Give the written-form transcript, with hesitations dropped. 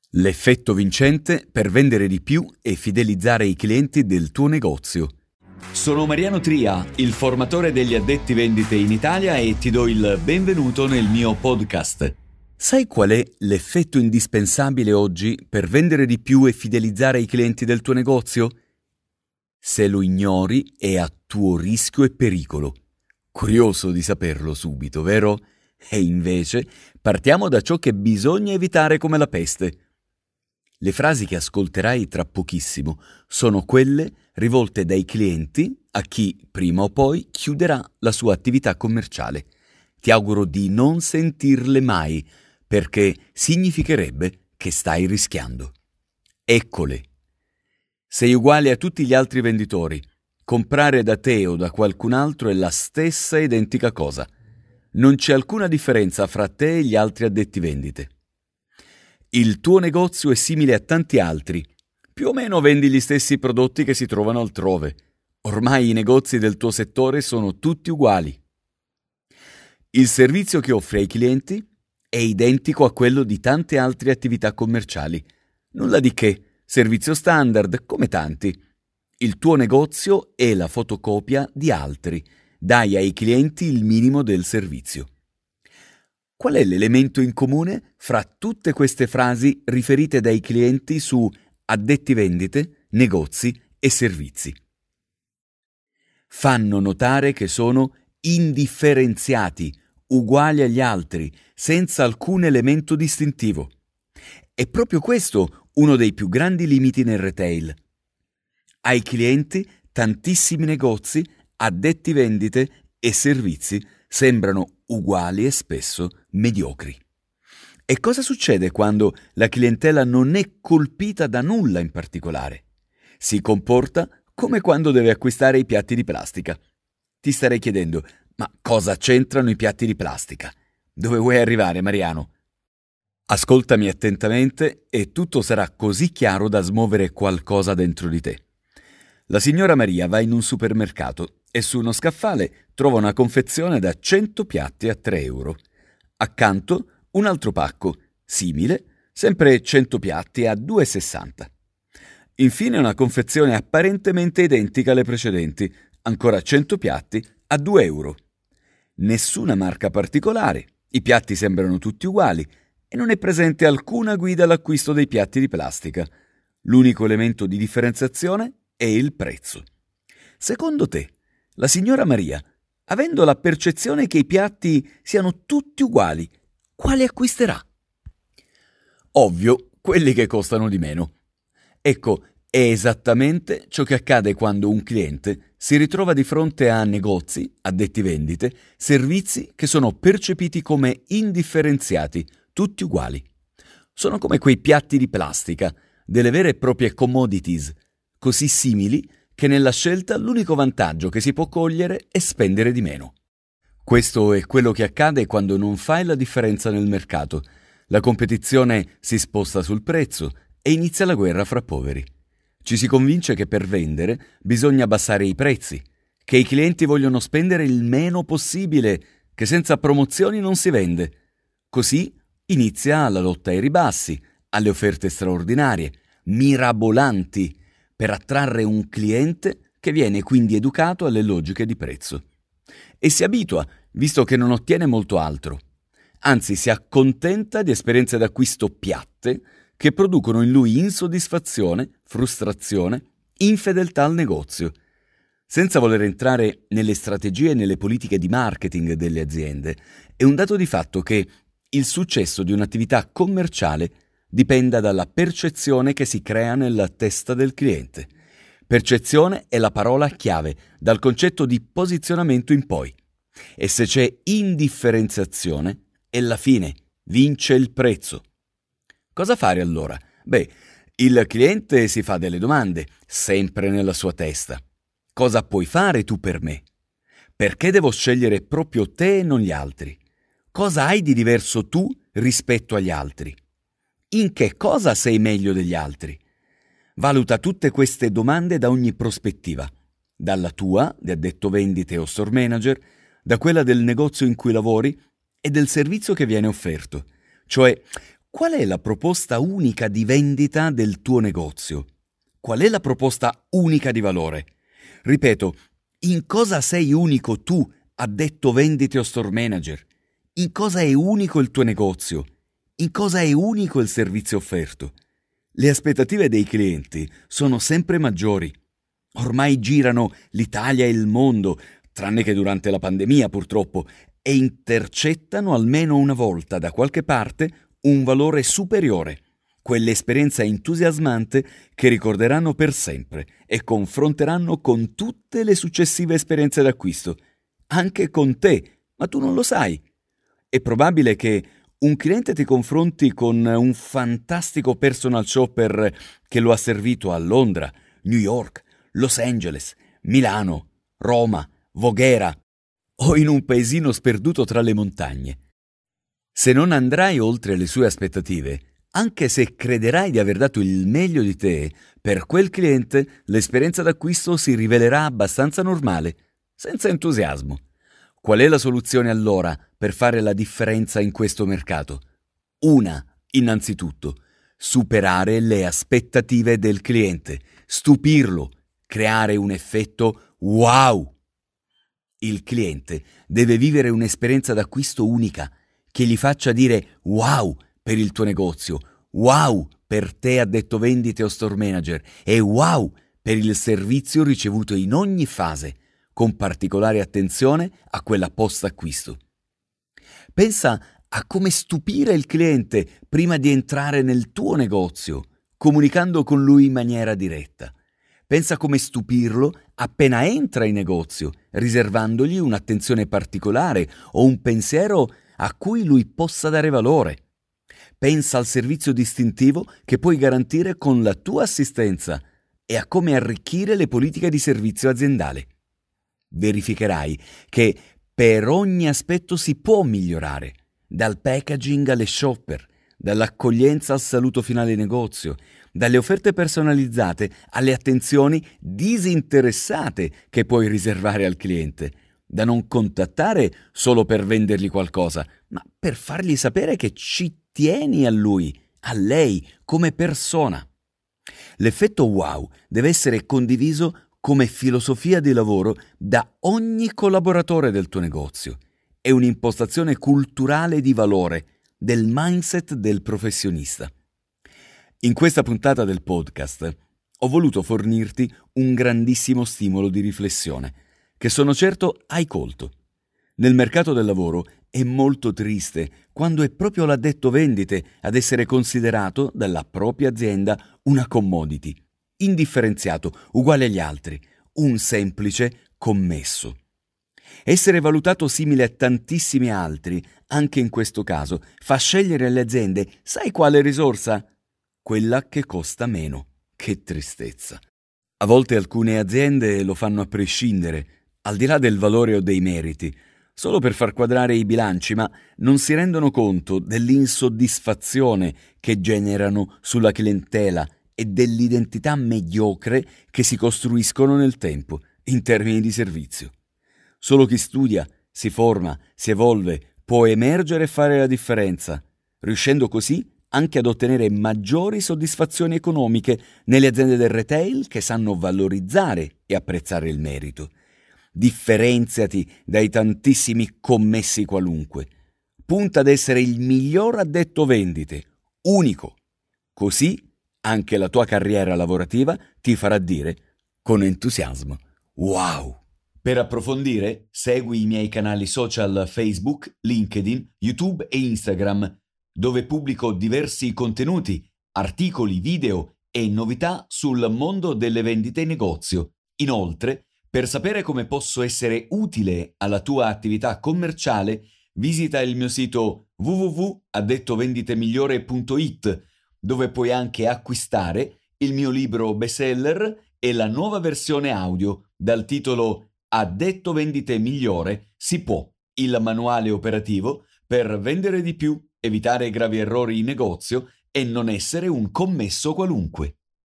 L'effetto vincente per vendere di più e fidelizzare i clienti del tuo negozio. Sono Mariano Tria, il formatore degli addetti vendite in Italia e ti do il benvenuto nel mio podcast. Sai qual è l'effetto indispensabile oggi per vendere di più e fidelizzare i clienti del tuo negozio? Se lo ignori è a tuo rischio e pericolo. Curioso di saperlo subito, vero? E invece partiamo da ciò che bisogna evitare come la peste. Le frasi che ascolterai tra pochissimo sono quelle rivolte dai clienti a chi prima o poi chiuderà la sua attività commerciale. Ti auguro di non sentirle mai, perché significherebbe che stai rischiando. Eccole. Sei uguale a tutti gli altri venditori. Comprare da te o da qualcun altro è la stessa identica cosa. Non c'è alcuna differenza fra te e gli altri addetti vendite. Il tuo negozio è simile a tanti altri. Più o meno vendi gli stessi prodotti che si trovano altrove. Ormai i negozi del tuo settore sono tutti uguali. Il servizio che offri ai clienti è identico a quello di tante altre attività commerciali. Nulla di che, servizio standard come tanti. Il tuo negozio è la fotocopia di altri. Dai ai clienti il minimo del servizio. Qual è l'elemento in comune fra tutte queste frasi riferite dai clienti su addetti vendite, negozi e servizi? Fanno notare che sono indifferenziati, uguali agli altri, senza alcun elemento distintivo. È proprio questo uno dei più grandi limiti nel retail. Ai clienti, tantissimi negozi, addetti vendite e servizi sembrano uguali e spesso mediocri. E cosa succede quando la clientela non è colpita da nulla in particolare? Si comporta come quando deve acquistare i piatti di plastica. Ti starei chiedendo, ma cosa c'entrano i piatti di plastica? Dove vuoi arrivare, Mariano? Ascoltami attentamente e tutto sarà così chiaro da smuovere qualcosa dentro di te. La signora Maria va in un supermercato e su uno scaffale trova una confezione da 100 piatti a 3 euro. Accanto un altro pacco, simile, sempre 100 piatti a 2,60. Infine una confezione apparentemente identica alle precedenti, ancora 100 piatti a 2 euro. Nessuna marca particolare, i piatti sembrano tutti uguali e non è presente alcuna guida all'acquisto dei piatti di plastica. L'unico elemento di differenziazione è il prezzo. Secondo te, la signora Maria, avendo la percezione che i piatti siano tutti uguali, quale acquisterà? Ovvio, quelli che costano di meno. Ecco, è esattamente ciò che accade quando un cliente si ritrova di fronte a negozi, addetti vendite, servizi che sono percepiti come indifferenziati, tutti uguali. Sono come quei piatti di plastica, delle vere e proprie commodities, così simili che nella scelta l'unico vantaggio che si può cogliere è spendere di meno. Questo è quello che accade quando non fai la differenza nel mercato. La competizione si sposta sul prezzo e inizia la guerra fra poveri. Ci si convince che per vendere bisogna abbassare i prezzi, che i clienti vogliono spendere il meno possibile, che senza promozioni non si vende. Così inizia la lotta ai ribassi, alle offerte straordinarie, mirabolanti, per attrarre un cliente che viene quindi educato alle logiche di prezzo. E si abitua, visto che non ottiene molto altro. Anzi, si accontenta di esperienze d'acquisto piatte che producono in lui insoddisfazione, frustrazione, infedeltà al negozio. Senza voler entrare nelle strategie e nelle politiche di marketing delle aziende, è un dato di fatto che il successo di un'attività commerciale dipenda dalla percezione che si crea nella testa del cliente. Percezione è la parola chiave, dal concetto di posizionamento in poi. E se c'è indifferenziazione, è la fine, vince il prezzo. Cosa fare allora? Beh, il cliente si fa delle domande, sempre nella sua testa. Cosa puoi fare tu per me? Perché devo scegliere proprio te e non gli altri? Cosa hai di diverso tu rispetto agli altri? In che cosa sei meglio degli altri? Valuta tutte queste domande da ogni prospettiva, dalla tua, di addetto vendite o store manager, da quella del negozio in cui lavori e del servizio che viene offerto. Cioè, qual è la proposta unica di vendita del tuo negozio? Qual è la proposta unica di valore? Ripeto, in cosa sei unico tu, addetto vendite o store manager? In cosa è unico il tuo negozio? In cosa è unico il servizio offerto? Le aspettative dei clienti sono sempre maggiori. Ormai girano l'Italia e il mondo, tranne che durante la pandemia purtroppo, e intercettano almeno una volta da qualche parte un valore superiore, quell'esperienza entusiasmante che ricorderanno per sempre e confronteranno con tutte le successive esperienze d'acquisto, anche con te, ma tu non lo sai. È probabile che un cliente ti confronti con un fantastico personal shopper che lo ha servito a Londra, New York, Los Angeles, Milano, Roma, Voghera o in un paesino sperduto tra le montagne. Se non andrai oltre le sue aspettative, anche se crederai di aver dato il meglio di te, per quel cliente l'esperienza d'acquisto si rivelerà abbastanza normale, senza entusiasmo. Qual è la soluzione allora per fare la differenza in questo mercato? Una, innanzitutto, superare le aspettative del cliente, stupirlo, creare un effetto wow. Il cliente deve vivere un'esperienza d'acquisto unica, che gli faccia dire wow per il tuo negozio, wow per te addetto vendite o store manager e wow per il servizio ricevuto in ogni fase, con particolare attenzione a quella post-acquisto. Pensa a come stupire il cliente prima di entrare nel tuo negozio, comunicando con lui in maniera diretta. Pensa a come stupirlo appena entra in negozio, riservandogli un'attenzione particolare o un pensiero a cui lui possa dare valore. Pensa al servizio distintivo che puoi garantire con la tua assistenza e a come arricchire le politiche di servizio aziendale. Verificherai che per ogni aspetto si può migliorare, dal packaging alle shopper, dall'accoglienza al saluto finale negozio, dalle offerte personalizzate alle attenzioni disinteressate che puoi riservare al cliente, da non contattare solo per vendergli qualcosa, ma per fargli sapere che ci tieni a lui, a lei, come persona. L'effetto wow deve essere condiviso come filosofia di lavoro da ogni collaboratore del tuo negozio. È un'impostazione culturale di valore, del mindset del professionista. In questa puntata del podcast ho voluto fornirti un grandissimo stimolo di riflessione, che sono certo hai colto. Nel mercato del lavoro è molto triste quando è proprio l'addetto vendite ad essere considerato dalla propria azienda una commodity, indifferenziato, uguale agli altri, un semplice commesso. Essere valutato simile a tantissimi altri, anche in questo caso, fa scegliere alle aziende, sai quale risorsa? Quella che costa meno. Che tristezza. A volte alcune aziende lo fanno a prescindere, al di là del valore o dei meriti, solo per far quadrare i bilanci, ma non si rendono conto dell'insoddisfazione che generano sulla clientela e dell'identità mediocre che si costruiscono nel tempo, in termini di servizio. Solo chi studia, si forma, si evolve, può emergere e fare la differenza, riuscendo così anche ad ottenere maggiori soddisfazioni economiche nelle aziende del retail che sanno valorizzare e apprezzare il merito. Differenziati dai tantissimi commessi qualunque. Punta ad essere il miglior addetto vendite, unico. Così anche la tua carriera lavorativa ti farà dire con entusiasmo wow. Per approfondire, segui i miei canali social Facebook, LinkedIn, YouTube e Instagram, dove pubblico diversi contenuti, articoli, video e novità sul mondo delle vendite in negozio. Inoltre, per sapere come posso essere utile alla tua attività commerciale, visita il mio sito www.addettovenditemigliore.it, dove puoi anche acquistare il mio libro bestseller e la nuova versione audio dal titolo Addetto vendite migliore si può, il manuale operativo per vendere di più, evitare gravi errori in negozio e non essere un commesso qualunque.